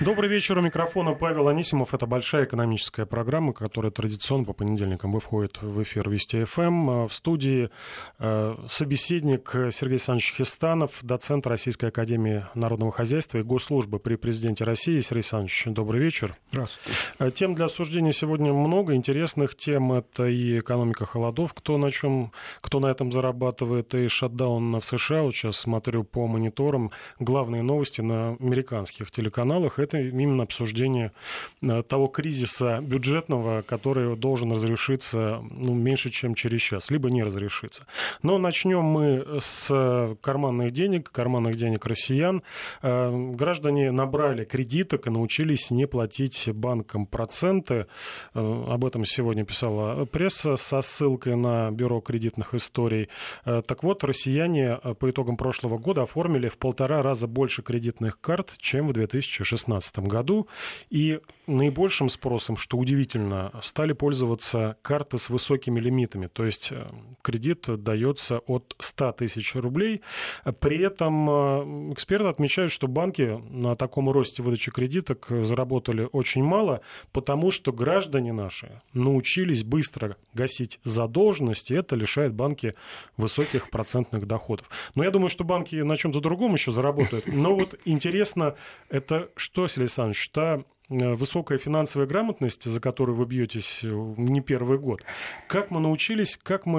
Добрый вечер. У микрофона Павел Анисимов. Это большая экономическая программа, которая традиционно по понедельникам выходит в эфир Вести ФМ. В студии собеседник Сергей Александрович Хистанов, доцент Российской академии народного хозяйства и госслужбы при президенте России. Сергей Александрович, добрый вечер. Здравствуйте. Тем для обсуждения сегодня много. Интересных тем — это и экономика холодов, кто на этом зарабатывает, и шатдаун в США. Вот сейчас смотрю по мониторам главные новости на американских телеканалах. Это именно обсуждение того кризиса бюджетного, который должен разрешиться меньше, чем через час, либо не разрешиться. Но начнем мы с карманных денег россиян. Граждане набрали кредиток и научились не платить банкам проценты. Об этом сегодня писала пресса со ссылкой на Бюро кредитных историй. Так вот, россияне по итогам прошлого года оформили в 1,5 раза больше кредитных карт, чем в 2016 году. И наибольшим спросом, что удивительно, стали пользоваться карты с высокими лимитами. То есть кредит дается от 100 тысяч рублей. При этом эксперты отмечают, что банки на таком росте выдачи кредиток заработали очень мало, потому что граждане наши научились быстро гасить задолженности, и это лишает банки высоких процентных доходов. Но я думаю, что банки на чем-то другом еще заработают. Но вот интересно, это что, Сергей Александрович, та высокая финансовая грамотность, за которую вы бьетесь не первый год. Как мы научились,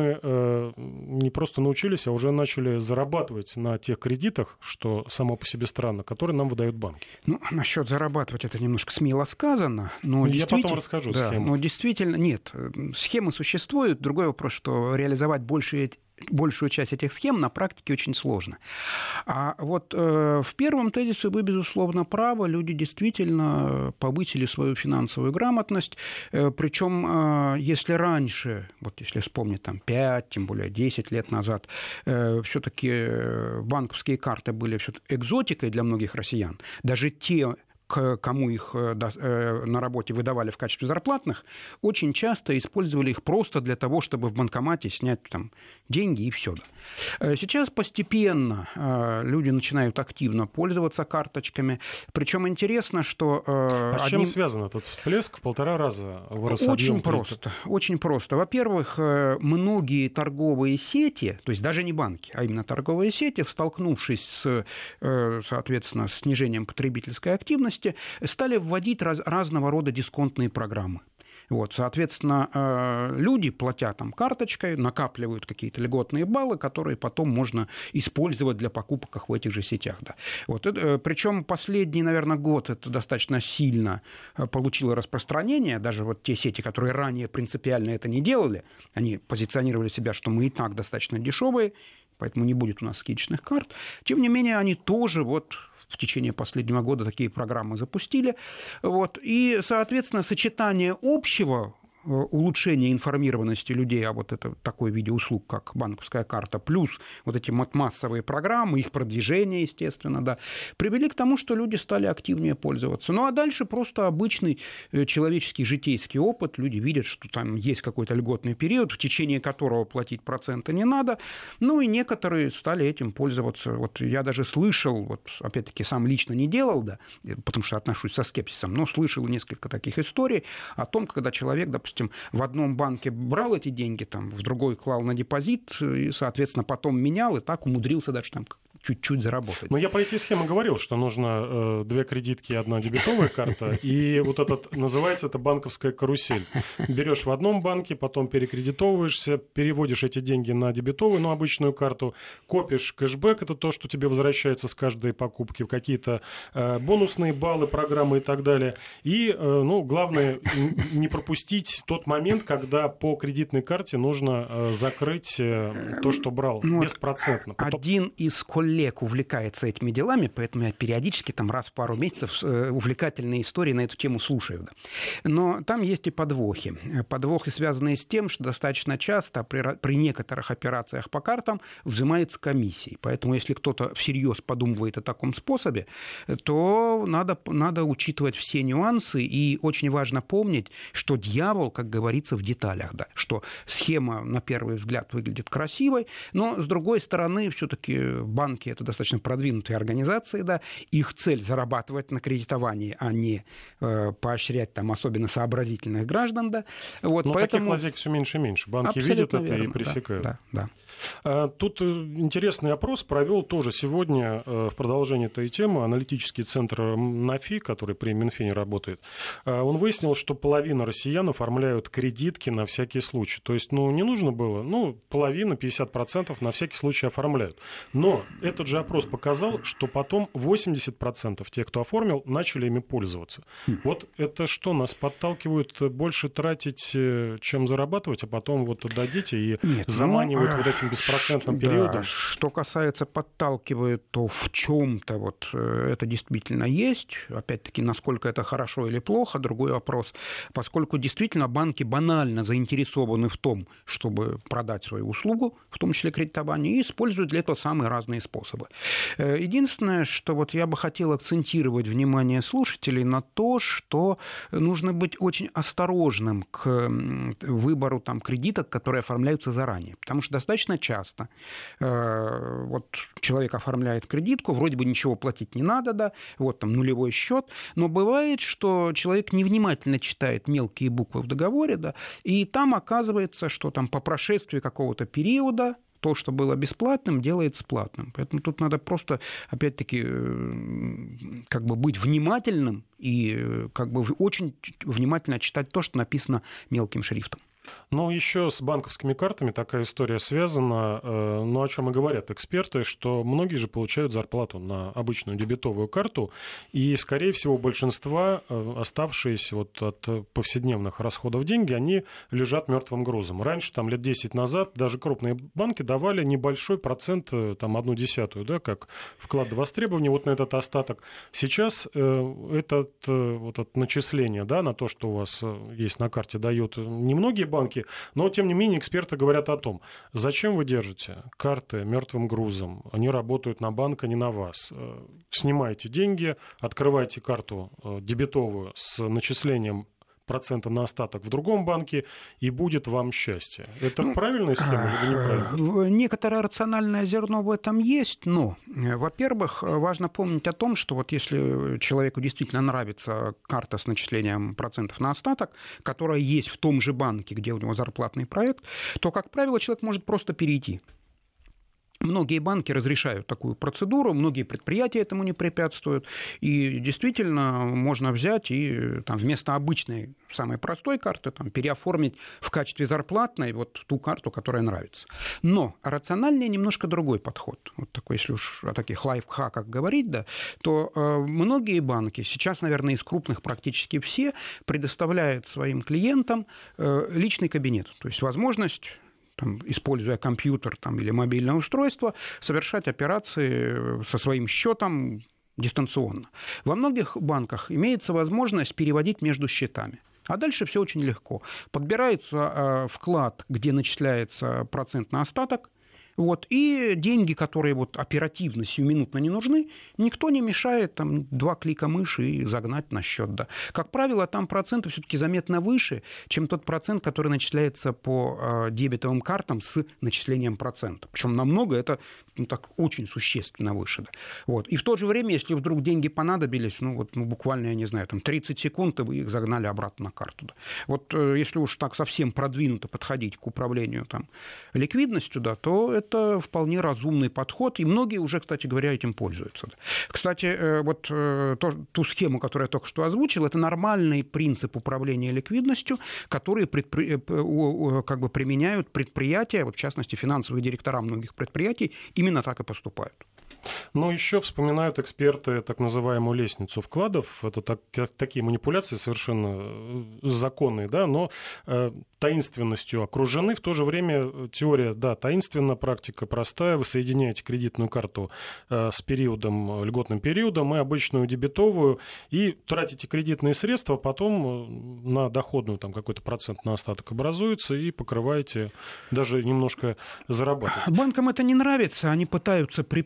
не просто научились, а уже начали зарабатывать на тех кредитах, что само по себе странно, которые нам выдают банки? Насчет зарабатывать это немножко смело сказано, но я потом расскажу схему. Но действительно, нет, схемы существуют. Другой вопрос, что реализовать большую часть этих схем на практике очень сложно. А вот в первом тезисе вы, безусловно, правы. Люди действительно повысили свою финансовую грамотность. Причем, если раньше, вот если вспомнить 5, тем более 10 лет назад, все-таки банковские карты были экзотикой для многих россиян, даже те, кому их на работе выдавали в качестве зарплатных, очень часто использовали их просто для того, чтобы в банкомате снять деньги и все. Сейчас постепенно люди начинают активно пользоваться карточками. Причем интересно, что... с чем связан этот всплеск? В 1,5 раза вырос объем кредита? Очень просто. Во-первых, многие торговые сети, то есть даже не банки, а именно торговые сети, столкнувшись с, соответственно, снижением потребительской активности, стали вводить разного рода дисконтные программы. Соответственно, люди, платя карточкой, накапливают какие-то льготные баллы, которые потом можно использовать для покупок в этих же сетях. Да. Причем последний, наверное, год это достаточно сильно получило распространение. Даже те сети, которые ранее принципиально это не делали, они позиционировали себя, что мы и так достаточно дешевые, поэтому не будет у нас скидочных карт. Тем не менее, они тоже в течение последнего года такие программы запустили. И, соответственно, сочетание общего улучшение информированности людей о такой виде услуг, как банковская карта, плюс эти массовые программы, их продвижение, естественно, привели к тому, что люди стали активнее пользоваться. А дальше просто обычный человеческий житейский опыт. Люди видят, что там есть какой-то льготный период, в течение которого платить проценты не надо. И некоторые стали этим пользоваться. Я даже слышал, опять-таки, сам лично не делал, потому что отношусь со скепсисом, но слышал несколько таких историй о том, когда человек, допустим, в одном банке брал эти деньги, в другой клал на депозит, и, соответственно, потом менял, и так умудрился даже чуть-чуть заработать. Я по этой схеме говорил, что нужно 2 кредитки и 1 дебетовая карта, и называется это банковская карусель. Берешь в одном банке, потом перекредитовываешься, переводишь эти деньги на дебетовую, обычную карту, копишь кэшбэк, это то, что тебе возвращается с каждой покупки, какие-то бонусные баллы, программы и так далее. И, главное, не пропустить тот момент, когда по кредитной карте нужно закрыть то, что брал, беспроцентно. Один из коллег увлекается этими делами, поэтому я периодически раз в пару месяцев увлекательные истории на эту тему слушаю. Но там есть и подвохи. Подвохи, связанные с тем, что достаточно часто при некоторых операциях по картам взимается комиссия. Поэтому если кто-то всерьез подумывает о таком способе, то надо учитывать все нюансы, и очень важно помнить, что дьявол, как говорится, в деталях. Что схема, на первый взгляд, выглядит красивой, но, с другой стороны, все-таки банки банки — это достаточно продвинутые организации, да, их цель — зарабатывать на кредитовании, а не поощрять там особенно сообразительных граждан, да. Вот, но поэтому... таких лазеек все меньше и меньше. Банки Абсолютно видят это верно, и пресекают. Да. Тут интересный опрос провел тоже сегодня в продолжении этой темы аналитический центр НАФИ, который при Минфине работает. Он выяснил, что половина россиян оформляют кредитки на всякий случай. То есть, не нужно было, половина, 50% на всякий случай оформляют. Но этот же опрос показал, что потом 80% тех, кто оформил, начали ими пользоваться. Вот это что, нас подталкивают больше тратить, чем зарабатывать, а потом вот отдадите и заманивают вот этим беспроцентным периодом? Да, что касается подталкивает, то в чем-то вот это действительно есть. Опять-таки, насколько это хорошо или плохо, другой вопрос. Поскольку действительно банки банально заинтересованы в том, чтобы продать свою услугу, в том числе кредитование, и используют для этого самые разные способы. Единственное, что вот я бы хотел акцентировать внимание слушателей на то, что нужно быть очень осторожным к выбору там кредиток, которые оформляются заранее. Потому что достаточно часто вот человек оформляет кредитку, вроде бы ничего платить не надо, да, вот там нулевой счет, но бывает, что человек невнимательно читает мелкие буквы в договоре, да, и там оказывается, что там по прошествии какого-то периода то, что было бесплатным, делается платным. Поэтому тут надо просто, опять-таки, как бы быть внимательным и как бы очень внимательно читать то, что написано мелким шрифтом. Еще с банковскими картами такая история связана. О чем и говорят эксперты, что многие же получают зарплату на обычную дебетовую карту, и, скорее всего, большинства, оставшиеся вот от повседневных расходов деньги, они лежат мертвым грузом. Раньше, там, лет 10 назад, даже крупные банки давали небольшой процент, там, 0,1, да, как вклад до востребования, вот на этот остаток. Сейчас это начисление, да, на то, что у вас есть на карте, дают немногие банки, но, тем не менее, эксперты говорят о том, зачем вы держите карты мертвым грузом, они работают на банк, а не на вас. Снимайте деньги, открывайте карту дебетовую с начислением процента на остаток в другом банке, и будет вам счастье. Это правильная схема или неправильная? Некоторое рациональное зерно в этом есть, но, во-первых, важно помнить о том, что вот если человеку действительно нравится карта с начислением процентов на остаток, которая есть в том же банке, где у него зарплатный проект, то, как правило, человек может просто перейти. Многие банки разрешают такую процедуру, многие предприятия этому не препятствуют, и действительно можно взять и там, вместо обычной, самой простой карты там, переоформить в качестве зарплатной вот ту карту, которая нравится. Но рациональнее немножко другой подход. Вот такой, если уж о таких лайфхаках говорить, да, то многие банки, сейчас, наверное, из крупных практически все, предоставляют своим клиентам личный кабинет, то есть возможность, используя компьютер или мобильное устройство, совершать операции со своим счетом дистанционно. Во многих банках имеется возможность переводить между счетами. А дальше все очень легко. Подбирается вклад, где начисляется процент на остаток, вот, и деньги, которые вот оперативно, сиюминутно не нужны, никто не мешает 2 клика мыши и загнать на счет. Да. Как правило, там проценты все-таки заметно выше, чем тот процент, который начисляется по дебетовым картам с начислением процента. Причем намного это так очень существенно выше. Да. Вот. И в то же время, если вдруг деньги понадобились, буквально, я не знаю, 30 секунд, и вы их загнали обратно на карту. Да. Вот если уж так совсем продвинуто подходить к управлению ликвидностью, да, то это вполне разумный подход, и многие уже, кстати говоря, этим пользуются. Кстати, вот ту схему, которую я только что озвучил, это нормальный принцип управления ликвидностью, который применяют предприятия, вот в частности, финансовые директора многих предприятий, именно так и поступают. Еще вспоминают эксперты так называемую лестницу вкладов. Это такие манипуляции совершенно законные, да, но таинственностью окружены. В то же время теория, да, таинственна, практика простая. Вы соединяете кредитную карту с периодом, льготным периодом и обычную дебетовую, и тратите кредитные средства, потом на доходную какой-то процент на остаток образуется, и покрываете, даже немножко зарабатываете. Банкам это не нравится, они пытаются препятствовать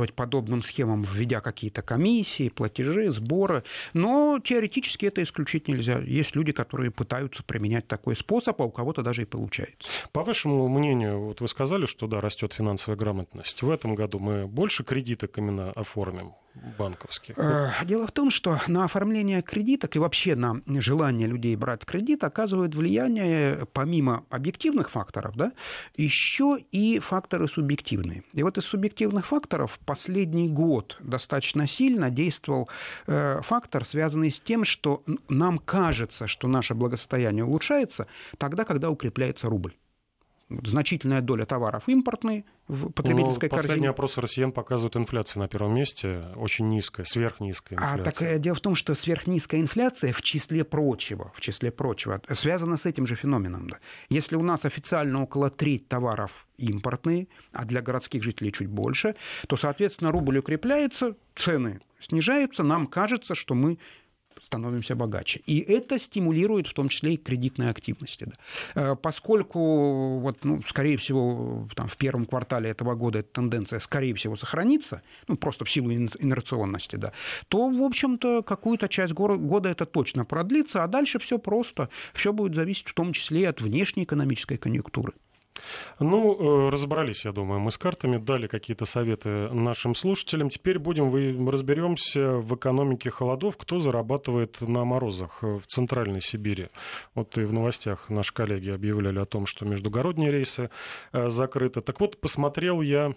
следовать подобным схемам, введя какие-то комиссии, платежи, сборы. Но теоретически это исключить нельзя. Есть люди, которые пытаются применять такой способ, а у кого-то даже и получается. По вашему мнению, вот вы сказали, что да, растет финансовая грамотность. В этом году мы больше кредиток именно оформим банковских? Дело в том, что на оформление кредиток и вообще на желание людей брать кредит оказывает влияние, помимо объективных факторов, да, еще и факторы субъективные. И вот из субъективных факторов последний год достаточно сильно действовал фактор, связанный с тем, что нам кажется, что наше благосостояние улучшается тогда, когда укрепляется рубль. Значительная доля товаров импортные в потребительской корзине. Последние опросы россиян показывают инфляцию на первом месте, очень низкая, сверхнизкая инфляция. Дело в том, что сверхнизкая инфляция в числе прочего, связана с этим же феноменом. Да. Если у нас официально около трети товаров импортные, а для городских жителей чуть больше, то, соответственно, рубль укрепляется, цены снижаются, нам кажется, что мы становимся богаче. И это стимулирует в том числе и кредитной активности. Да. Поскольку, скорее всего, в первом квартале этого года эта тенденция, скорее всего, сохранится, просто в силу инерционности, да, то, в общем-то, какую-то часть года это точно продлится, а дальше все просто. Все будет зависеть в том числе и от внешней экономической конъюнктуры. Разобрались, я думаю, мы с картами, дали какие-то советы нашим слушателям. Теперь разберемся в экономике холодов, кто зарабатывает на морозах в Центральной Сибири. Вот и в новостях наши коллеги объявляли о том, что междугородние рейсы закрыты. Так вот, посмотрел я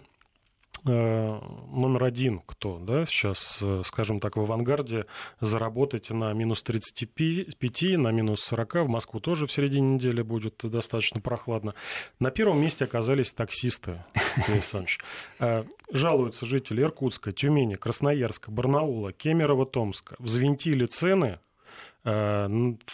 номер один, кто, да, сейчас, скажем так, в авангарде заработать на минус 35, на минус 40. В Москву тоже в середине недели будет достаточно прохладно. На первом месте оказались таксисты, Юрий Александрович. Жалуются жители Иркутска, Тюмени, Красноярска, Барнаула, Кемерово, Томска. Взвинтили цены от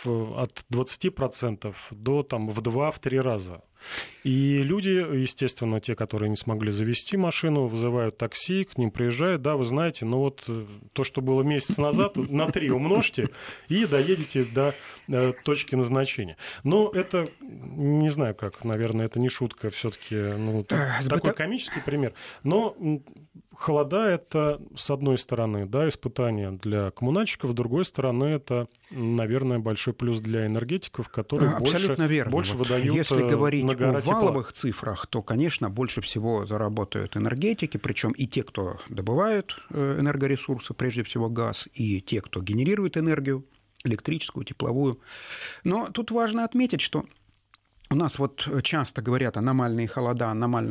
20% до в 2-3 раза. И люди, естественно, те, которые не смогли завести машину, вызывают такси, к ним приезжают. Да, вы знаете, то, что было месяц назад, на 3 умножьте и доедете до точки назначения. Но это, не знаю как, наверное, это не шутка, все-таки такой комический пример. Но холода — это, с одной стороны, да, испытание для коммунальщиков, с другой стороны, это, наверное, большой плюс для энергетиков, которые больше выдают. Если говорить о валовых цифрах, то, конечно, больше всего заработают энергетики, причем и те, кто добывают энергоресурсы, прежде всего газ, и те, кто генерирует энергию, электрическую, тепловую. Но тут важно отметить, что у нас часто говорят аномальные холода,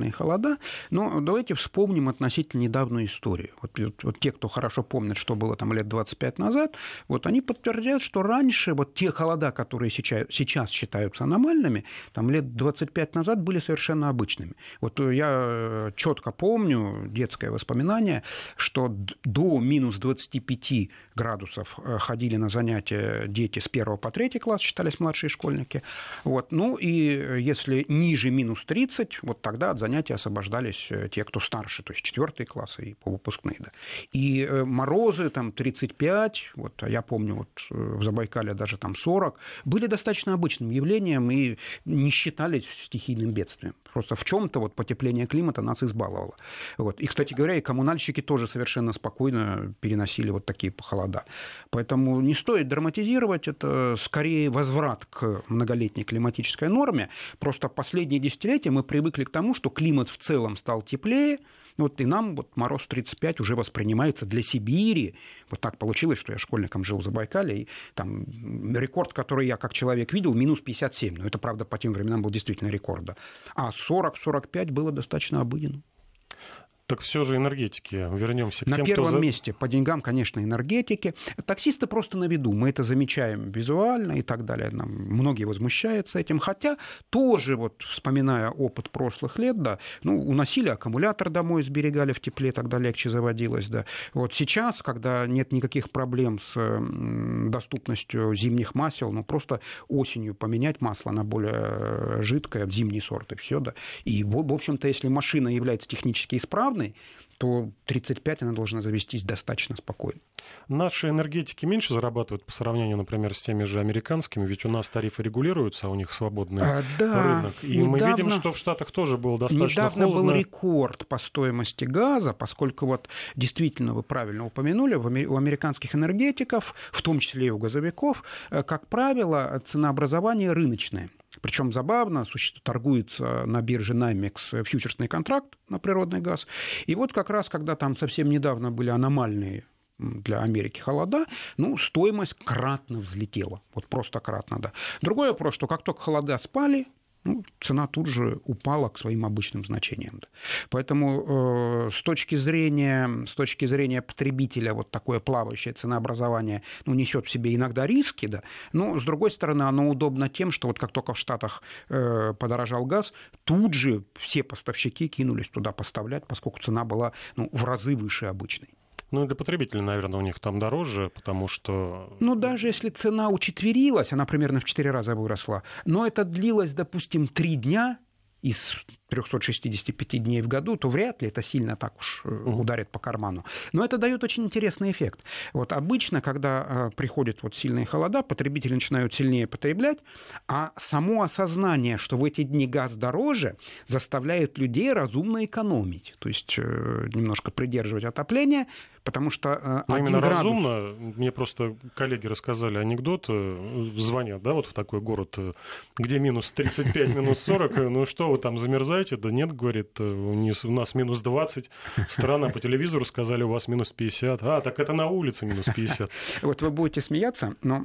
но давайте вспомним относительно недавнюю историю. Вот те, кто хорошо помнит, что было лет 25 назад, они подтвердят, что раньше те холода, которые сейчас считаются аномальными, лет 25 назад были совершенно обычными. Я четко помню, детское воспоминание, что до минус 25 градусов ходили на занятия дети с 1 по 3 класс, считались младшие школьники. И если ниже минус 30, тогда от занятий освобождались те, кто старше, то есть 4 классы и повыпускные. Да. И морозы 35, я помню, в Забайкале даже 40, были достаточно обычным явлением и не считались стихийным бедствием. Просто в чем-то потепление климата нас избаловало. И, кстати говоря, и коммунальщики тоже совершенно спокойно переносили такие холода. Поэтому не стоит драматизировать, это скорее возврат к многолетней климатической норме. Просто последние десятилетия мы привыкли к тому, что климат в целом стал теплее, и нам мороз 35 уже воспринимается для Сибири. Так получилось, что я школьником жил в Забайкале, и рекорд, который я как человек видел, минус 57. Но это, правда, по тем временам был действительно рекорд. Да. А 40-45 было достаточно обыденным. Так все же энергетики. Вернемся к тем, кто... На первом месте по деньгам, конечно, энергетики. Таксисты просто на виду. Мы это замечаем визуально и так далее. Многие возмущаются этим. Хотя тоже, вспоминая опыт прошлых лет, да, уносили аккумулятор домой, сберегали в тепле, тогда легче заводилось. Да. Сейчас, когда нет никаких проблем с доступностью зимних масел, просто осенью поменять масло на более жидкое, в зимний сорт, и все. Да. И, в общем-то, если машина является технически исправной, углеродной, то 35 она должна завестись достаточно спокойно. Наши энергетики меньше зарабатывают по сравнению, например, с теми же американскими, ведь у нас тарифы регулируются, а у них свободный рынок. И мы видим, что в Штатах тоже было достаточно холодно. Недавно был рекорд по стоимости газа, поскольку вот действительно, вы правильно упомянули, у американских энергетиков, в том числе и у газовиков, как правило, ценообразование рыночное. Причем забавно, торгуется на бирже NYMEX фьючерсный контракт на природный газ. И вот как раз, когда там совсем недавно были аномальные для Америки холода, стоимость кратно взлетела. Вот просто кратно, да. Другой вопрос, что как только холода спали, цена тут же упала к своим обычным значениям. Да. Поэтому с точки зрения потребителя вот такое плавающее ценообразование несет в себе иногда риски, да, но с другой стороны оно удобно тем, что вот как только в Штатах подорожал газ, тут же все поставщики кинулись туда поставлять, поскольку цена была в разы выше обычной. И для потребителей, наверное, у них там дороже, потому что... Даже если цена учетверилась, она примерно в 4 раза выросла, но это длилось, допустим, 3 дня из 365 дней в году, то вряд ли это сильно так уж ударит по карману. Но это дает очень интересный эффект. Вот обычно, когда приходят сильные холода, потребители начинают сильнее потреблять, а само осознание, что в эти дни газ дороже, заставляет людей разумно экономить. То есть немножко придерживать отопление, потому что 1 именно градус... разумно. Мне просто коллеги рассказали анекдот, звонят, в такой город, где минус 35, минус 40, что вы там замерзаете? Да нет, говорит, у нас минус 20, странно, по телевизору сказали, у вас минус 50. Так это на улице минус 50. Вот вы будете смеяться, но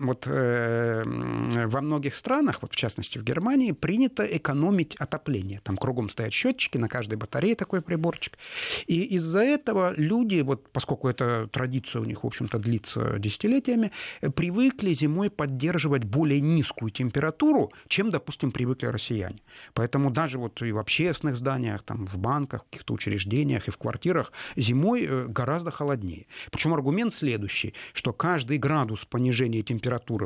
во многих странах, в частности в Германии, принято экономить отопление. Там кругом стоят счетчики, на каждой батарее такой приборчик. И из-за этого люди, поскольку эта традиция у них, в общем-то, длится десятилетиями, привыкли зимой поддерживать более низкую температуру, чем, допустим, привыкли россияне. Поэтому даже и в общественных зданиях, в банках, в каких-то учреждениях и в квартирах зимой гораздо холоднее. Причем аргумент следующий, что каждый градус понижения температуры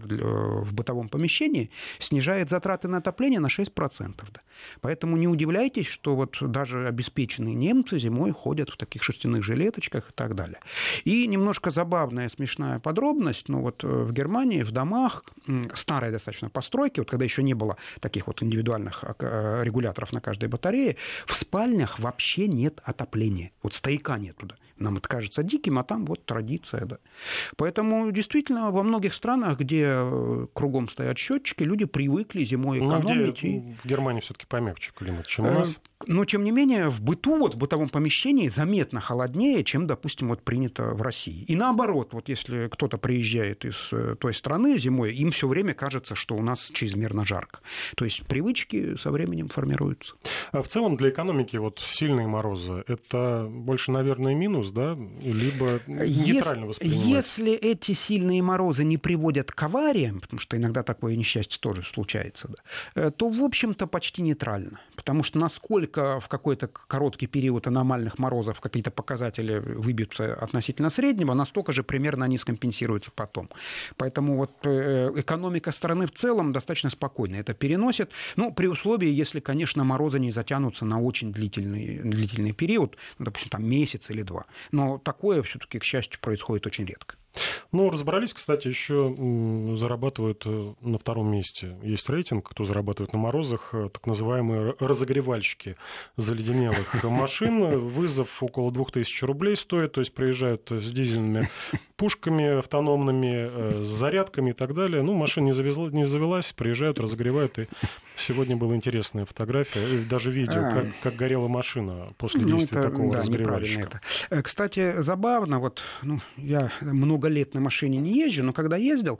в бытовом помещении снижает затраты на отопление на 6%. Да. Поэтому не удивляйтесь, что даже обеспеченные немцы зимой ходят в таких шерстяных жилеточках и так далее. И немножко забавная, смешная подробность, в Германии в домах старые достаточно постройки, когда еще не было таких индивидуальных регуляторов на каждой батарее, в спальнях вообще нет отопления. Стояка нет туда. Нам это кажется диким, а там традиция. Да. Поэтому действительно во многих странах, где кругом стоят счетчики, люди привыкли зимой экономить. В Германии все-таки помягче климат, чем у нас. Но, тем не менее, в быту, в бытовом помещении заметно холоднее, чем, допустим, принято в России. И наоборот, если кто-то приезжает из той страны зимой, им все время кажется, что у нас чрезмерно жарко. То есть привычки со временем формируются. А в целом для экономики сильные морозы – это больше, наверное, минус, да? Либо нейтрально воспринимается? Если эти сильные морозы не приводят к авариям, потому что иногда такое несчастье тоже случается, да, то, в общем-то, почти нейтрально. Потому что насколько в какой-то короткий период аномальных морозов какие-то показатели выбьются относительно среднего, настолько же примерно они скомпенсируются потом. Поэтому экономика страны в целом достаточно спокойно это переносит. При условии, если, конечно, морозы не затянутся на очень длительный период, допустим, месяц или 2. Но такое все-таки, к счастью, происходит очень редко. Разобрались, кстати, еще зарабатывают на 2-м месте. Есть рейтинг, кто зарабатывает на морозах, так называемые разогревальщики заледенелых машин. Вызов около 2000 рублей стоит, то есть приезжают с дизельными пушками автономными, с зарядками и так далее. Машина не завелась, приезжают, разогревают. И сегодня была интересная фотография, даже видео, как горела машина после действия такого разогревальщика. Кстати, забавно, я много лет на машине не езжу, но когда ездил,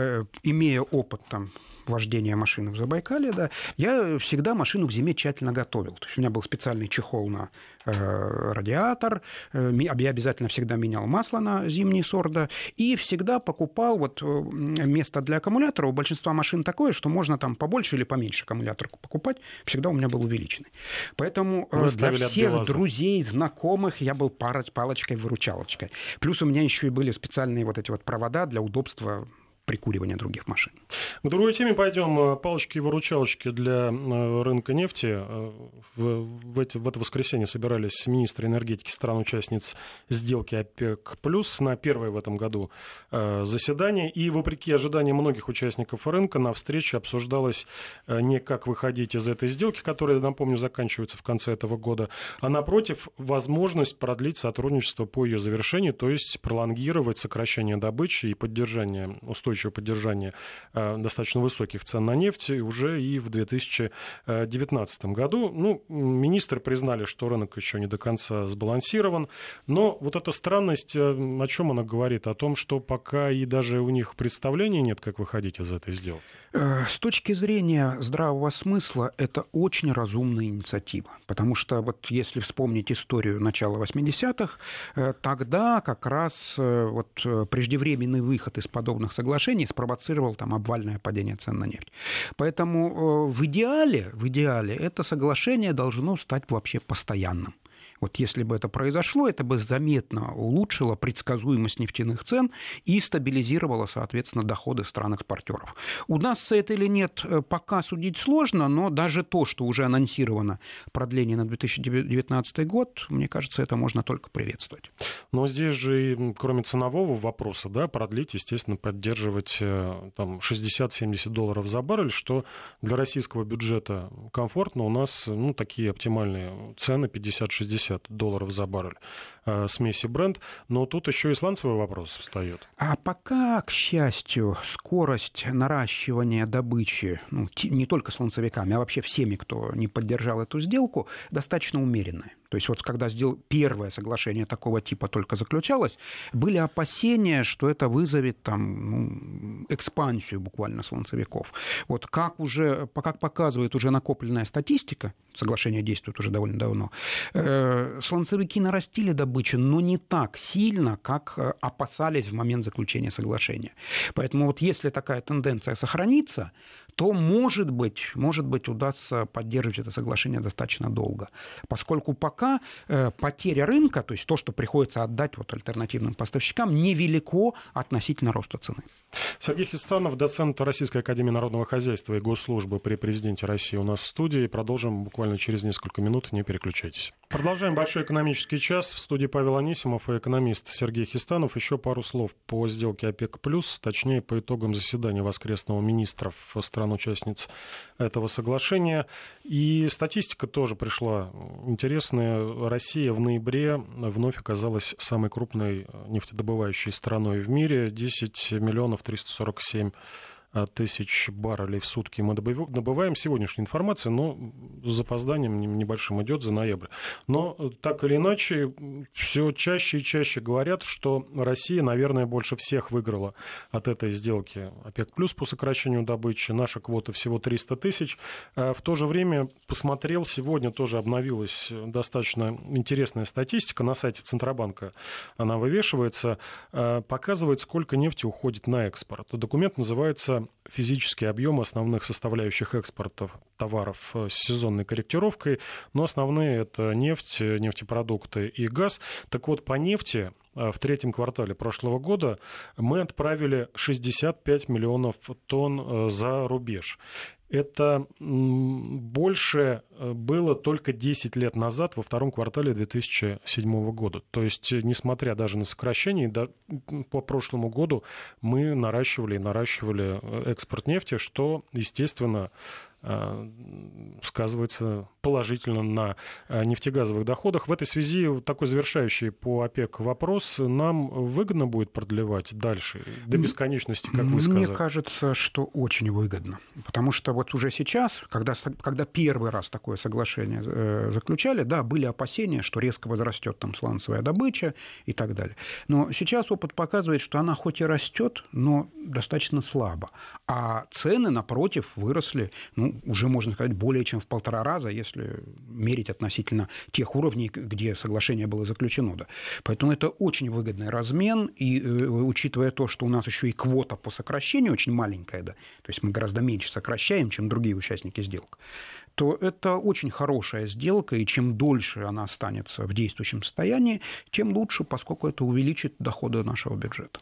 имея опыт вождения машины в Забайкале, да, я всегда машину к зиме тщательно готовил. То есть у меня был специальный чехол на радиатор, я обязательно всегда менял масло на зимний сорт, да, и всегда покупал место для аккумулятора. У большинства машин такое, что можно побольше или поменьше аккумулятор покупать, всегда у меня был увеличенный. Поэтому для всех друзей, знакомых я был палочкой-выручалочкой. Плюс у меня еще и были специальные эти провода для удобства прикуривания других машин. К другой теме пойдем. Палочки и выручалочки для рынка нефти. В это воскресенье собирались министры энергетики стран-участниц сделки ОПЕК+, на первое в этом году заседание. И, вопреки ожиданиям многих участников рынка, на встрече обсуждалось не как выходить из этой сделки, которая, напомню, заканчивается в конце этого года, а, напротив, возможность продлить сотрудничество по ее завершению, то есть пролонгировать сокращение добычи и поддержание, устойчивое поддержание достаточно высоких цен на нефть уже и в 2019 году. Министры признали, что рынок еще не до конца сбалансирован, но вот эта странность, о чем она говорит? О том, что пока и даже у них представления нет, как выходить из этой сделки. С точки зрения здравого смысла, это очень разумная инициатива, потому что вот если вспомнить историю начала 80-х, тогда как раз вот преждевременный выход из подобных соглашений спровоцировал там обвальное падение цен на нефть. Поэтому в идеале это соглашение должно стать вообще постоянным. Вот если бы это произошло, это бы заметно улучшило предсказуемость нефтяных цен и стабилизировало, соответственно, доходы стран-экспортеров. Удастся это или нет, пока судить сложно, но даже то, что уже анонсировано продление на 2019 год, мне кажется, это можно только приветствовать. Но здесь же, кроме ценового вопроса, да, продлить, естественно, поддерживать там, $60-70 за баррель, что для российского бюджета комфортно. У нас такие оптимальные цены $50-60 за баррель смеси Brent, но тут еще и сланцевый вопрос встает. А пока, к счастью, скорость наращивания добычи, не только сланцевиками, а вообще всеми, кто не поддержал эту сделку, достаточно умеренная. То есть вот когда первое соглашение такого типа только заключалось, были опасения, что это вызовет там, экспансию буквально сланцевиков. Вот как показывает уже накопленная статистика, соглашение действует уже довольно давно, сланцевики нарастили добычу, но не так сильно, как опасались в момент заключения соглашения. Поэтому вот если такая тенденция сохранится, то, может быть, удастся поддерживать это соглашение достаточно долго. Поскольку пока потеря рынка, то есть то, что приходится отдать вот альтернативным поставщикам, невелико относительно роста цены. Сергей Хистанов, доцент Российской академии народного хозяйства и госслужбы при президенте России у нас в студии. Продолжим буквально через несколько минут, не переключайтесь. Продолжаем большой экономический час. В студии Павел Анисимов и экономист Сергей Хистанов. Еще пару слов по сделке ОПЕК+, точнее по итогам заседания воскресного министров стран-участниц этого соглашения. И статистика тоже пришла интересная. Россия в ноябре вновь оказалась самой крупной нефтедобывающей страной в мире. 10 миллионов 347 тысяч баррелей в сутки мы добываем. Сегодняшняя информация, но с запозданием небольшим идет за ноябрь. Но так или иначе, все чаще и чаще говорят, что Россия, наверное, больше всех выиграла от этой сделки ОПЕК+, по сокращению добычи. Наша квота всего 300 тысяч. В то же время посмотрел, сегодня тоже обновилась достаточно интересная статистика. На сайте Центробанка она вывешивается. Показывает, сколько нефти уходит на экспорт. Документ называется «Физические объемы основных составляющих экспорта товаров с сезонной корректировкой». Но основные — это нефть, нефтепродукты и газ. Так вот, по нефти в третьем квартале прошлого года мы отправили 65 миллионов тонн за рубеж. Это больше было только 10 лет назад, во втором квартале 2007 года. То есть, несмотря даже на сокращение, по прошлому году мы наращивали экспорт нефти, что, естественно, сказывается положительно на нефтегазовых доходах. В этой связи такой завершающий по ОПЕК вопрос. Нам выгодно будет продлевать дальше, до бесконечности, как вы сказали? Мне кажется, что очень выгодно. Потому что вот уже сейчас, когда первый раз такое соглашение заключали, да, были опасения, что резко возрастет там сланцевая добыча и так далее. Но сейчас опыт показывает, что она хоть и растет, но достаточно слабо. А цены, напротив, выросли, уже, можно сказать, более чем в 1,5 раза, если мерить относительно тех уровней, где соглашение было заключено. Да. Поэтому это очень выгодный размен, и учитывая то, что у нас еще и квота по сокращению очень маленькая, да, то есть мы гораздо меньше сокращаем, чем другие участники сделок, то это очень хорошая сделка, и чем дольше она останется в действующем состоянии, тем лучше, поскольку это увеличит доходы нашего бюджета.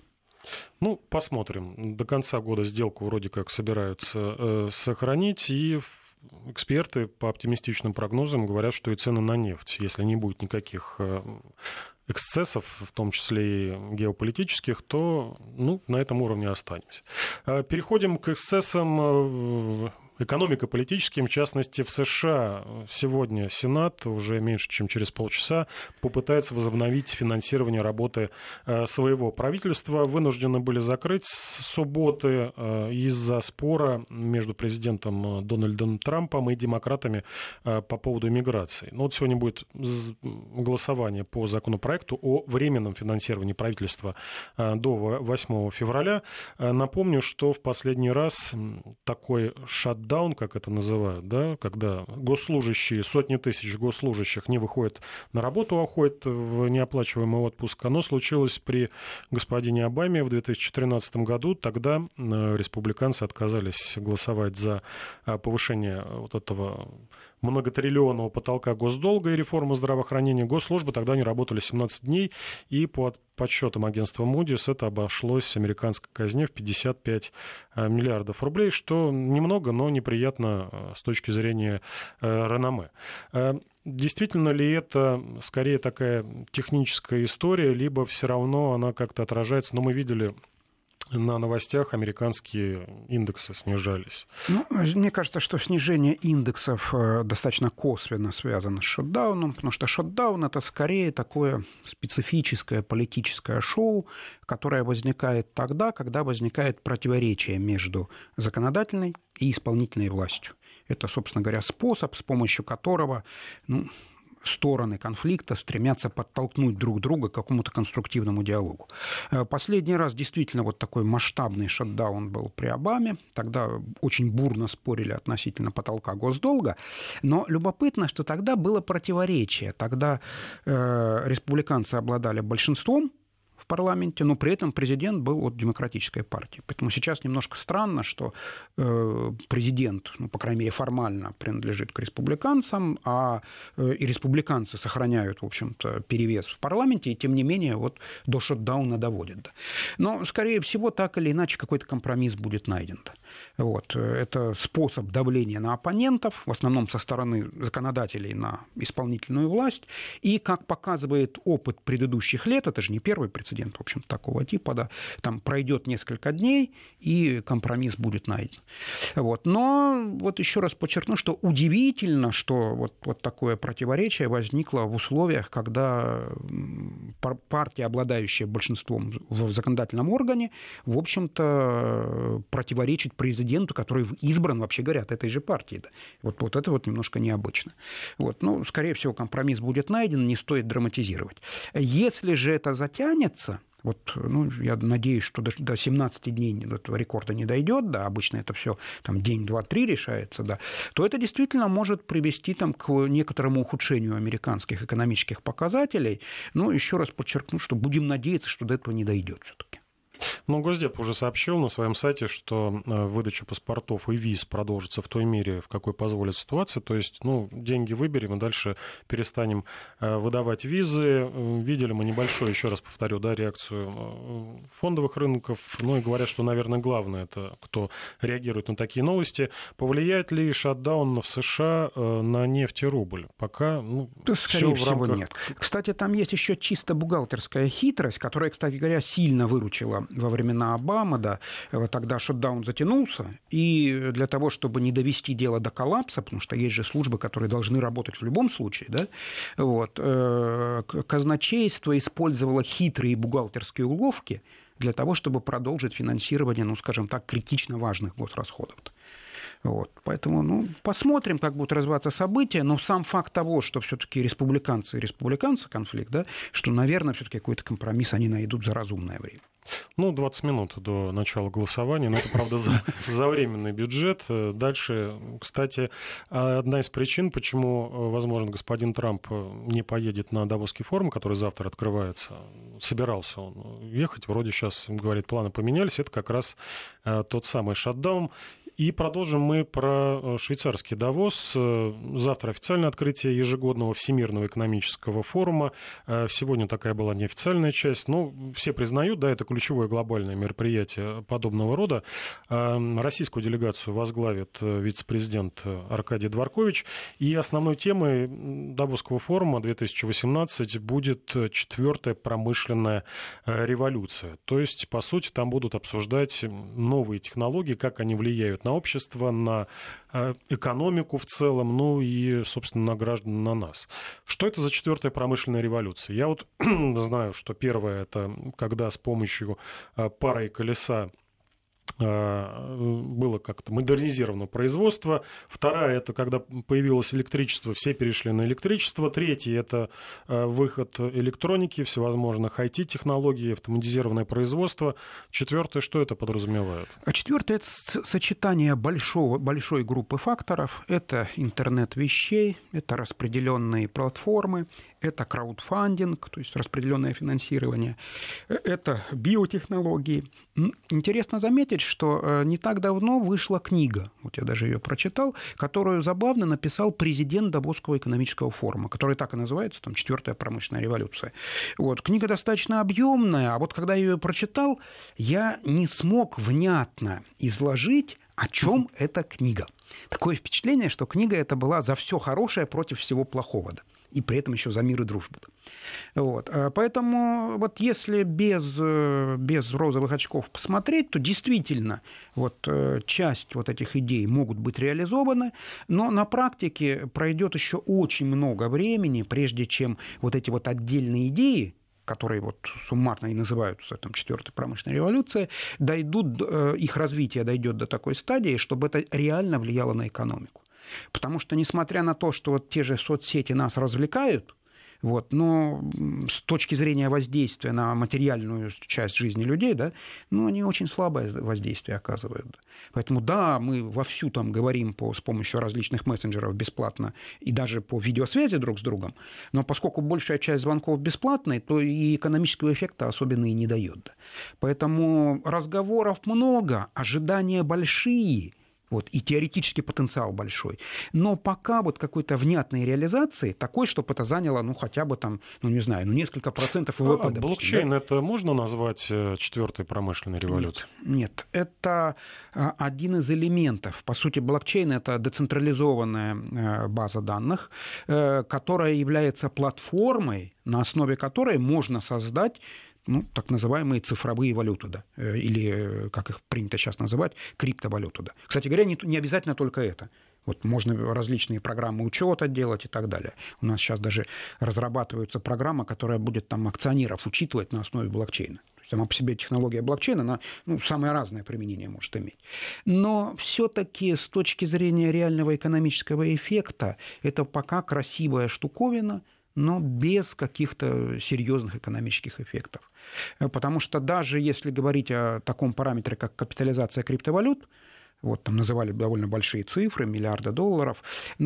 Ну, посмотрим. До конца года сделку вроде как собираются сохранить, и эксперты по оптимистичным прогнозам говорят, что и цены на нефть, если не будет никаких эксцессов, в том числе и геополитических, то на этом уровне останемся. Переходим к эксцессам экономико-политическим, в частности, в США. Сегодня Сенат уже меньше, чем через полчаса попытается возобновить финансирование работы своего правительства. Вынуждены были закрыть с субботы из-за спора между президентом Дональдом Трампом и демократами по поводу иммиграции. Вот сегодня будет голосование по законопроекту о временном финансировании правительства до 8 февраля. Напомню, что в последний раз такой шатдаун, как это называют, да, когда госслужащие, сотни тысяч госслужащих не выходят на работу, а уходят в неоплачиваемый отпуск. Оно случилось при господине Обаме в 2013 году. Тогда республиканцы отказались голосовать за повышение вот этого многотриллионного потолка госдолга и реформу здравоохранения. Госслужбы тогда не работали 17 дней, и по подсчетам агентства Moody's это обошлось американской казне в 55 миллиардов рублей, что немного, но неприятно с точки зрения реноме. Действительно ли это скорее такая техническая история, либо все равно она как-то отражается? Но мы видели на новостях, американские индексы снижались. Мне кажется, что снижение индексов достаточно косвенно связано с шатдауном, потому что шатдаун — это скорее такое специфическое политическое шоу, которое возникает тогда, когда возникает противоречие между законодательной и исполнительной властью. Это, собственно говоря, способ, с помощью которого стороны конфликта стремятся подтолкнуть друг друга к какому-то конструктивному диалогу. Последний раз действительно вот такой масштабный шатдаун был при Обаме. Тогда очень бурно спорили относительно потолка госдолга. Но любопытно, что тогда было противоречие. Тогда республиканцы обладали большинством в парламенте, но при этом президент был от демократической партии. Поэтому сейчас немножко странно, что президент, по крайней мере, формально принадлежит к республиканцам, и республиканцы сохраняют, в общем-то, перевес в парламенте, и тем не менее вот до шатдауна доводят. Но, скорее всего, так или иначе какой-то компромисс будет найден. Вот. Это способ давления на оппонентов, в основном со стороны законодателей на исполнительную власть, и, как показывает опыт предыдущих лет, это же не первый прецедент, в общем, такого типа, да, там пройдет несколько дней, и компромисс будет найден. Вот. Но вот еще раз подчеркну, что удивительно, что вот такое противоречие возникло в условиях, когда партия, обладающая большинством в законодательном органе, в общем-то, противоречит президенту, который избран, вообще говоря, от этой же партии. Да. Вот это вот немножко необычно. Вот. Ну, скорее всего, компромисс будет найден, не стоит драматизировать. Если же это затянется, я надеюсь, что до 17 дней этого рекорда не дойдет, да, обычно это все там день, два, три решается, да, то это действительно может привести к некоторому ухудшению американских экономических показателей. Но еще раз подчеркну, что будем надеяться, что до этого не дойдет все-таки. Госдеп уже сообщил на своем сайте, что выдача паспортов и виз продолжится в той мере, в какой позволит ситуация. То есть, деньги выберем и дальше перестанем выдавать визы. Видели мы небольшую, еще раз повторю, реакцию фондовых рынков. И говорят, что, наверное, главное, это кто реагирует на такие новости. Повлияет ли шатдаун в США на нефть и рубль? Пока, скорее всего, нет. Кстати, там есть еще чисто бухгалтерская хитрость, которая, кстати говоря, сильно выручила во времена Обамы, да, тогда шатдаун затянулся, и для того, чтобы не довести дело до коллапса, потому что есть же службы, которые должны работать в любом случае, да, казначейство использовало хитрые бухгалтерские уловки для того, чтобы продолжить финансирование, скажем так, критично важных госрасходов. Вот. Поэтому, посмотрим, как будут развиваться события, но сам факт того, что все-таки республиканцы конфликт, да, что, наверное, все-таки какой-то компромисс они найдут за разумное время. 20 минут до начала голосования, но это, правда, за временный бюджет. Дальше, кстати, одна из причин, почему, возможно, господин Трамп не поедет на Давосский форум, который завтра открывается, собирался он ехать, вроде сейчас, говорит, планы поменялись, это как раз тот самый шатдаун. И продолжим мы про швейцарский Давос. Завтра официальное открытие ежегодного Всемирного экономического форума. Сегодня такая была неофициальная часть. Все признают, да, это ключевое глобальное мероприятие подобного рода. Российскую делегацию возглавит вице-президент Аркадий Дворкович. И основной темой Давосского форума 2018 будет 4-я промышленная революция. То есть, по сути, там будут обсуждать новые технологии, как они влияют на общество, на экономику в целом, ну и, собственно, на граждан, на нас. Что это за 4-я промышленная революция? Я вот знаю, что первая — это когда с помощью пары и колеса было как-то модернизировано производство. Вторая — это когда появилось электричество, все перешли на электричество. Третья — это выход электроники, всевозможных IT-технологий, автоматизированное производство. Четвертое, что это подразумевает? А четвертое — это сочетание большой группы факторов. Это интернет вещей, это распределенные платформы, это краудфандинг, то есть распределенное финансирование, это биотехнологии. Интересно заметить, что не так давно вышла книга, вот я даже ее прочитал, которую забавно написал президент Давосского экономического форума, который так и называется, там, «4-я промышленная революция». Вот. Книга достаточно объемная, а вот когда я ее прочитал, я не смог внятно изложить, о чем эта книга. Такое впечатление, что книга эта была за все хорошее против всего плохого, да. И при этом еще за мир и дружбу. Вот. Поэтому вот если без розовых очков посмотреть, то действительно вот, часть вот этих идей могут быть реализованы, но на практике пройдет еще очень много времени, прежде чем вот эти вот отдельные идеи, которые вот суммарно и называются там 4-й промышленной революцией, их развитие дойдет до такой стадии, чтобы это реально влияло на экономику. Потому что, несмотря на то, что вот те же соцсети нас развлекают, вот, но с точки зрения воздействия на материальную часть жизни людей, да, ну, они очень слабое воздействие оказывают. Поэтому, да, мы вовсю там говорим с помощью различных мессенджеров бесплатно и даже по видеосвязи друг с другом, но поскольку большая часть звонков бесплатная, то и экономического эффекта особенно и не дает. Да. Поэтому разговоров много, ожидания большие. Вот, и теоретический потенциал большой. Но пока вот какой-то внятной реализации, такой, чтобы это заняло, ну, хотя бы там, ну, не знаю, несколько процентов ВВП. Допустим, блокчейн, да? Это можно назвать 4-й промышленной революцией? Нет, это один из элементов. По сути, блокчейн — это децентрализованная база данных, которая является платформой, на основе которой можно создать так называемые цифровые валюты, да, или, как их принято сейчас называть, криптовалюты. Да. Кстати говоря, не обязательно только это. Вот можно различные программы учета делать и так далее. У нас сейчас даже разрабатывается программа, которая будет там акционеров учитывать на основе блокчейна. То есть сама по себе технология блокчейна, она самое разное применение может иметь. Но все-таки с точки зрения реального экономического эффекта это пока красивая штуковина, но без каких-то серьезных экономических эффектов. Потому что даже если говорить о таком параметре, как капитализация криптовалют, вот там называли довольно большие цифры, миллиарды долларов,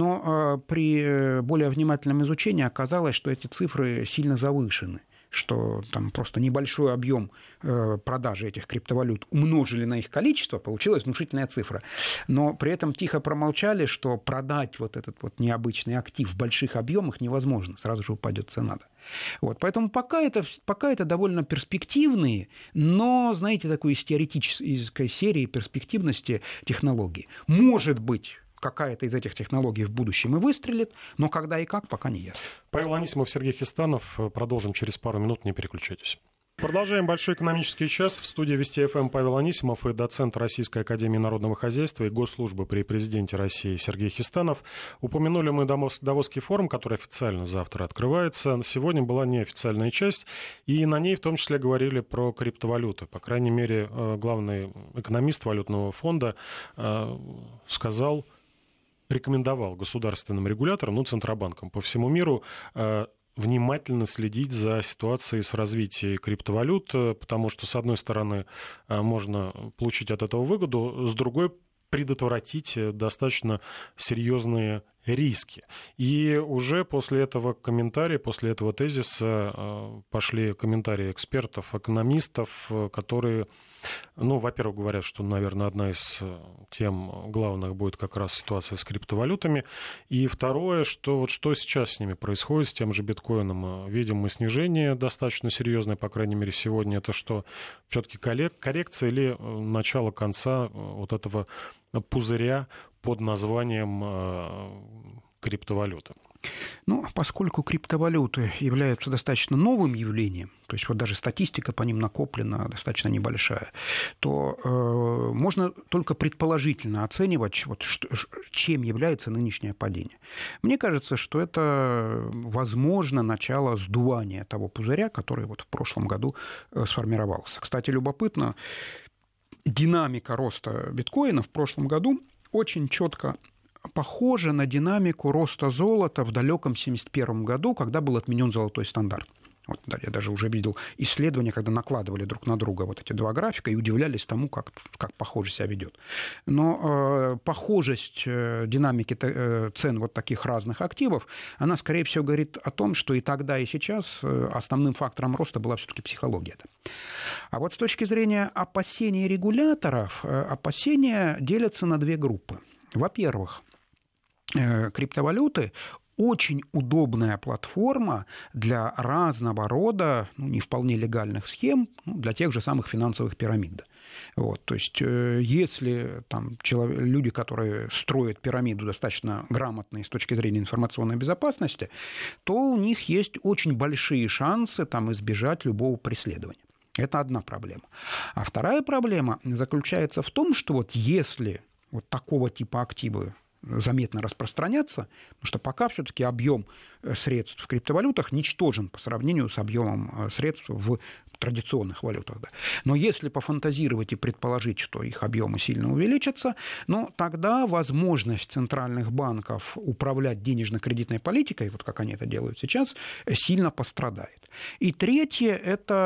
но при более внимательном изучении оказалось, что эти цифры сильно завышены, что там просто небольшой объем продажи этих криптовалют умножили на их количество, получилась внушительная цифра. Но при этом тихо промолчали, что продать вот этот вот необычный актив в больших объемах невозможно, сразу же упадет цена. Вот, поэтому пока это довольно перспективные, но, знаете, такой из теоретической серии перспективности технологии. Может быть, какая-то из этих технологий в будущем и выстрелит, но когда и как, пока не ясно. Павел Анисимов, Сергей Хистанов. Продолжим через пару минут, не переключайтесь. Продолжаем «Большой экономический час». В студии Вести ФМ Павел Анисимов и доцент Российской академии народного хозяйства и госслужбы при президенте России Сергей Хистанов. Упомянули мы Давосский форум, который официально завтра открывается. Сегодня была неофициальная часть, и на ней в том числе говорили про криптовалюты. По крайней мере, главный экономист Валютного фонда рекомендовал государственным регуляторам, Центробанкам по всему миру внимательно следить за ситуацией с развитием криптовалют, потому что, с одной стороны, можно получить от этого выгоду, с другой — предотвратить достаточно серьезные риски. И уже после этого комментария, после этого тезиса пошли комментарии экспертов, экономистов, которые Ну, во-первых, говорят, что, наверное, одна из тем главных будет как раз ситуация с криптовалютами. И второе, что сейчас с ними происходит, с тем же биткоином. Видим мы снижение достаточно серьезное, по крайней мере, сегодня. Это что, все-таки коррекция или начало конца вот этого пузыря под названием криптовалюта? Ну, поскольку криптовалюты являются достаточно новым явлением, то есть вот даже статистика по ним накоплена достаточно небольшая, то можно только предположительно оценивать, чем является нынешнее падение. Мне кажется, что это, возможно, начало сдувания того пузыря, который вот в прошлом году сформировался. Кстати, любопытно, динамика роста биткоина в прошлом году очень четко похоже на динамику роста золота в далеком 1971 году, когда был отменен золотой стандарт. Вот, да, я даже уже видел исследования, когда накладывали друг на друга вот эти два графика и удивлялись тому, как похоже себя ведет. Но похожесть динамики цен вот таких разных активов, она, скорее всего, говорит о том, что и тогда, и сейчас основным фактором роста была все-таки психология. Да. А вот с точки зрения опасений регуляторов, опасения делятся на две группы. Во-первых, криптовалюты очень удобная платформа для разного рода, не вполне легальных схем, для тех же самых финансовых пирамид. Вот, то есть, если там, люди, которые строят пирамиду, достаточно грамотные с точки зрения информационной безопасности, то у них есть очень большие шансы там, избежать любого преследования. Это одна проблема. А вторая проблема заключается в том, что вот если вот такого типа активы заметно распространяться, потому что пока все-таки объем средств в криптовалютах ничтожен по сравнению с объемом средств в традиционных валютах. Да. Но если пофантазировать и предположить, что их объемы сильно увеличатся, тогда возможность центральных банков управлять денежно-кредитной политикой, вот как они это делают сейчас, сильно пострадает. И третье –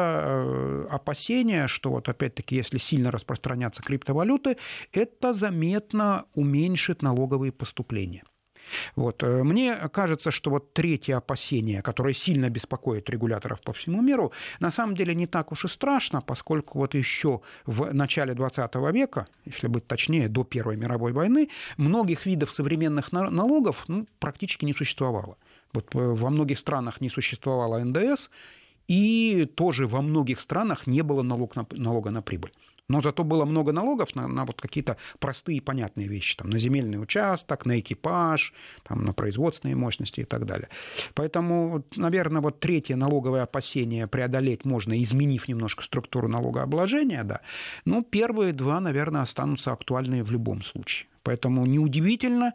это опасение, что вот опять-таки, если сильно распространятся криптовалюты, это заметно уменьшит налоговые поступления. Вот. Мне кажется, что вот третье опасение, которое сильно беспокоит регуляторов по всему миру, на самом деле не так уж и страшно, поскольку вот еще в начале 20 века, если быть точнее, до Первой мировой войны, многих видов современных налогов практически не существовало. Вот во многих странах не существовало НДС, и тоже во многих странах не было налога на прибыль. Но зато было много налогов на вот какие-то простые и понятные вещи, там, на земельный участок, на экипаж, там, на производственные мощности и так далее. Поэтому, наверное, вот третье налоговое опасение преодолеть можно, изменив немножко структуру налогообложения, да. Но первые два, наверное, останутся актуальны в любом случае. Поэтому неудивительно,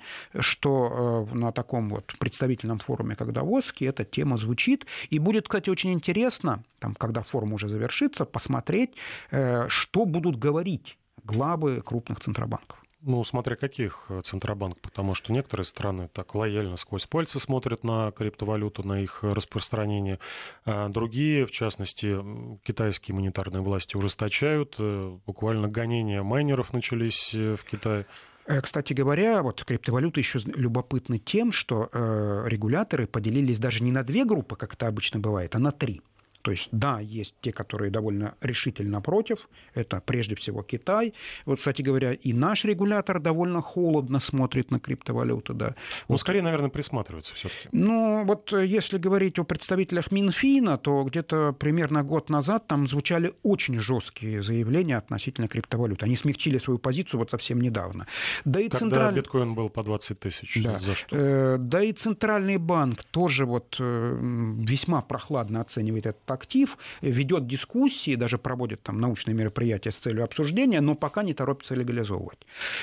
что на таком вот представительном форуме, как Давосский, эта тема звучит. И будет, кстати, очень интересно, там, когда форум уже завершится, посмотреть, что будут говорить главы крупных центробанков. Ну, смотря каких центробанков, потому что некоторые страны так лояльно сквозь пальцы смотрят на криптовалюту, на их распространение. А другие, в частности, китайские монетарные власти ужесточают. Буквально гонения майнеров начались в Китае. Кстати говоря, вот криптовалюты еще любопытны тем, что регуляторы поделились даже не на две группы, как это обычно бывает, а на три. То есть, да, есть те, которые довольно решительно против, это прежде всего Китай. Вот, кстати говоря, и наш регулятор довольно холодно смотрит на криптовалюты. Да. Ну, скорее, наверное, присматривается все-таки. Ну, вот если говорить о представителях Минфина, то где-то примерно год назад там звучали очень жесткие заявления относительно криптовалют. Они смягчили свою позицию вот совсем недавно. Да и когда биткоин был по 20 тысяч. Да. За что? Да и Центральный банк тоже вот весьма прохладно оценивает этот актив, ведет дискуссии, даже проводит там научные мероприятия с целью обсуждения, но пока не торопится легализовывать.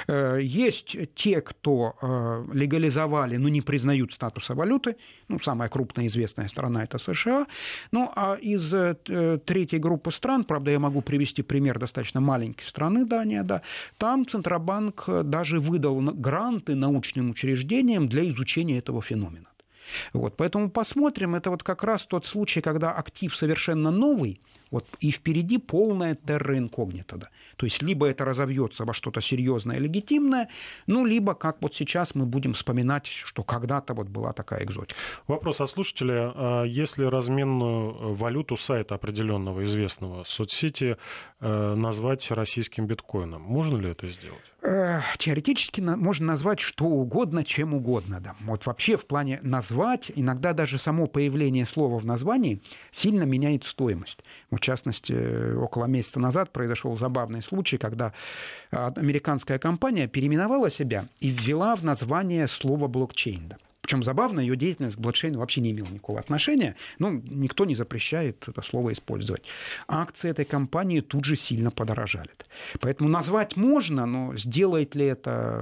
Есть те, кто легализовали, но не признают статуса валюты. Ну, самая крупная известная страна – это США. Ну, а из третьей группы стран, правда, я могу привести пример достаточно маленькой страны, Дания, да, там Центробанк даже выдал гранты научным учреждениям для изучения этого феномена. Вот, поэтому посмотрим, это вот как раз тот случай, когда актив совершенно новый, вот, и впереди полная терра инкогнита. Да. То есть либо это разовьется во что-то серьезное и легитимное, ну, либо, как вот сейчас мы будем вспоминать, что когда-то вот была такая экзотика. Вопрос от слушателя. Если разменную валюту сайта определенного известного соцсети назвать российским биткоином, можно ли это сделать? Теоретически можно назвать что угодно, чем угодно. Да. Вот вообще в плане назвать, иногда даже само появление слова в названии сильно меняет стоимость. В частности, около месяца назад произошел забавный случай, когда американская компания переименовала себя и ввела в название слово блокчейн. Да. Причем забавно, ее деятельность к блокчейну вообще не имела никакого отношения, но никто не запрещает это слово использовать. Акции этой компании тут же сильно подорожали. Поэтому назвать можно, но сделает ли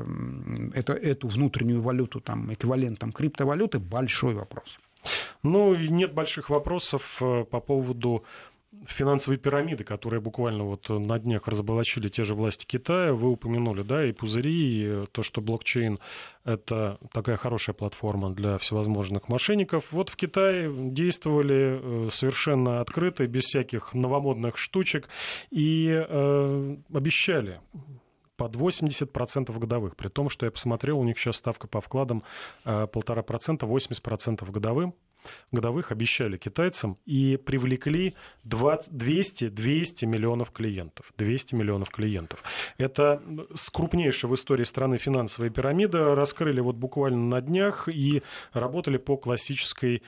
эту внутреннюю валюту там, эквивалентом криптовалюты, большой вопрос. Ну, нет больших вопросов по поводу финансовой пирамиды, которые буквально вот на днях разоблачили те же власти Китая. Вы упомянули, да, и пузыри, и то, что блокчейн — это такая хорошая платформа для всевозможных мошенников. Вот в Китае действовали совершенно открыто, без всяких новомодных штучек, и обещали под 80% годовых. При том, что я посмотрел, у них сейчас ставка по вкладам 1,5%, 80% годовых обещали китайцам и привлекли 200 миллионов клиентов. 200 миллионов клиентов. Это крупнейшая в истории страны финансовая пирамида. Раскрыли вот буквально на днях и работали по классической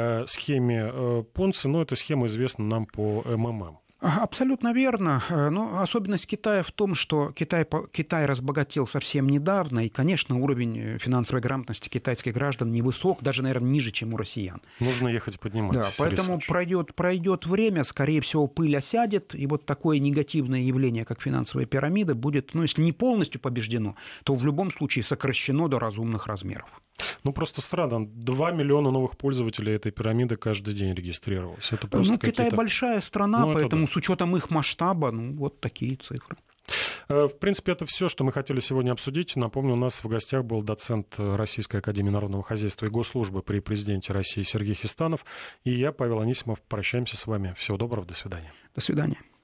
схеме Понци. Но эта схема известна нам по МММ. Абсолютно верно. Но особенность Китая в том, что Китай разбогател совсем недавно, и, конечно, уровень финансовой грамотности китайских граждан невысок, даже, наверное, ниже, чем у россиян. Нужно ехать поднимать. Да, поэтому пройдет время, скорее всего, пыль осядет, и вот такое негативное явление, как финансовая пирамида, будет, ну, если не полностью побеждено, то в любом случае сокращено до разумных размеров. Ну, просто странно. 2 миллиона новых пользователей этой пирамиды каждый день регистрировалось. Это просто Китай большая страна, поэтому с учетом их масштаба, вот такие цифры. В принципе, это все, что мы хотели сегодня обсудить. Напомню, у нас в гостях был доцент Российской академии народного хозяйства и госслужбы при президенте России Сергей Хистанов. И я, Павел Анисимов, прощаемся с вами. Всего доброго, до свидания. До свидания.